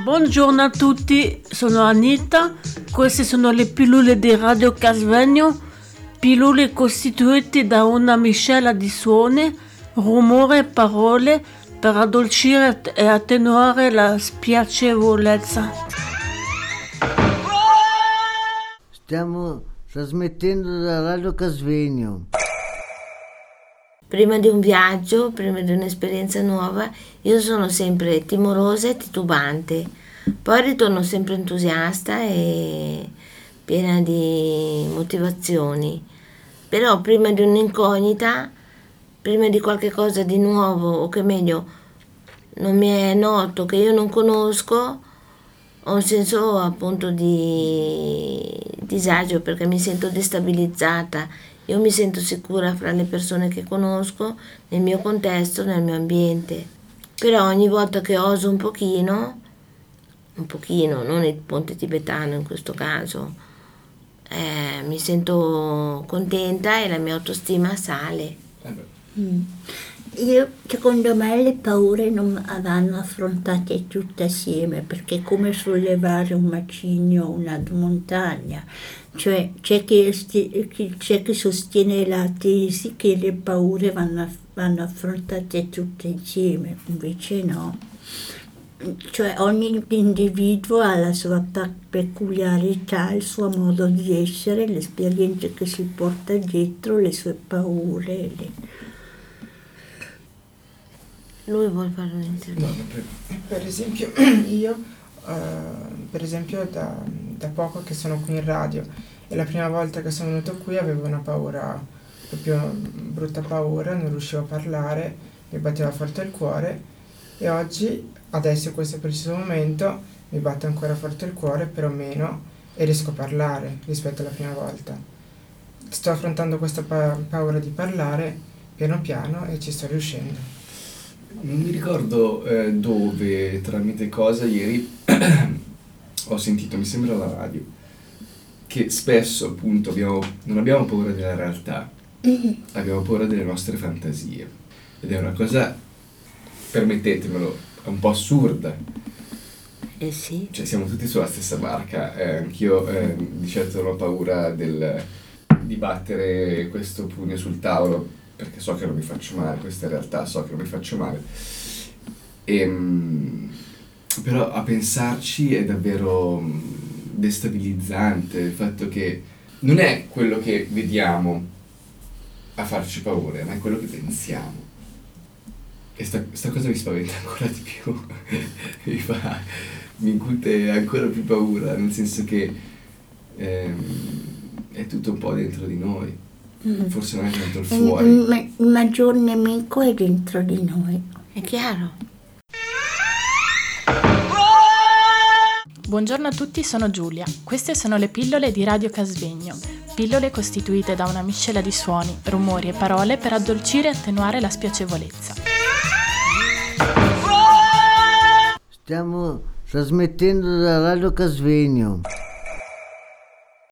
Buongiorno a tutti, sono Anita, queste sono le pillole di Radio Casvegno, pillole costituite da una miscela di suoni, rumore e parole per addolcire e attenuare la spiacevolezza. Stiamo trasmettendo da Radio Casvegno. Prima di un viaggio, prima di un'esperienza nuova, io sono sempre timorosa e titubante, poi ritorno sempre entusiasta e piena di motivazioni. Però prima di un'incognita, prima di qualche cosa di nuovo o che meglio non mi è noto, che io non conosco, ho un senso appunto di disagio perché mi sento destabilizzata. Io mi sento sicura fra le persone che conosco, nel mio contesto, nel mio ambiente. Però ogni volta che oso un pochino, non il ponte tibetano in questo caso, mi sento contenta e la mia autostima sale. Secondo me le paure non vanno affrontate tutte assieme, perché è come sollevare un macigno o una montagna. Cioè c'è chi sostiene la tesi che le paure vanno affrontate tutte insieme, invece no. Cioè ogni individuo ha la sua peculiarità, il suo modo di essere, le esperienze che si porta dietro, le sue paure. Lui vuole fare un intervento. No, per esempio io da poco che sono qui in radio e la prima volta che sono venuto qui avevo una paura, proprio brutta paura, non riuscivo a parlare, mi batteva forte il cuore e oggi, adesso in questo preciso momento, mi batte ancora forte il cuore, però meno, e riesco a parlare rispetto alla prima volta. Sto affrontando questa paura di parlare piano piano e ci sto riuscendo. Non mi ricordo dove, tramite cosa, ieri ho sentito, mi sembra alla radio, che spesso appunto non abbiamo paura della realtà, abbiamo paura delle nostre fantasie. Ed è una cosa, permettetemelo, un po' assurda. Sì. Cioè siamo tutti sulla stessa barca, anch'io di certo non ho paura di battere questo pugno sul tavolo, perché so che non mi faccio male, questa è realtà, so che non mi faccio male. Però a pensarci è davvero destabilizzante il fatto che non è quello che vediamo a farci paura, ma è quello che pensiamo. E sta cosa mi spaventa ancora di più, mi incute ancora più paura, nel senso che è tutto un po' dentro di noi. Forse non è tanto il fuori. Il maggior nemico è dentro di noi. È chiaro. Buongiorno a tutti, sono Giulia. Queste sono le pillole di Radio Casvegno. Pillole costituite da una miscela di suoni, rumori e parole per addolcire e attenuare la spiacevolezza. Stiamo trasmettendo da Radio Casvegno.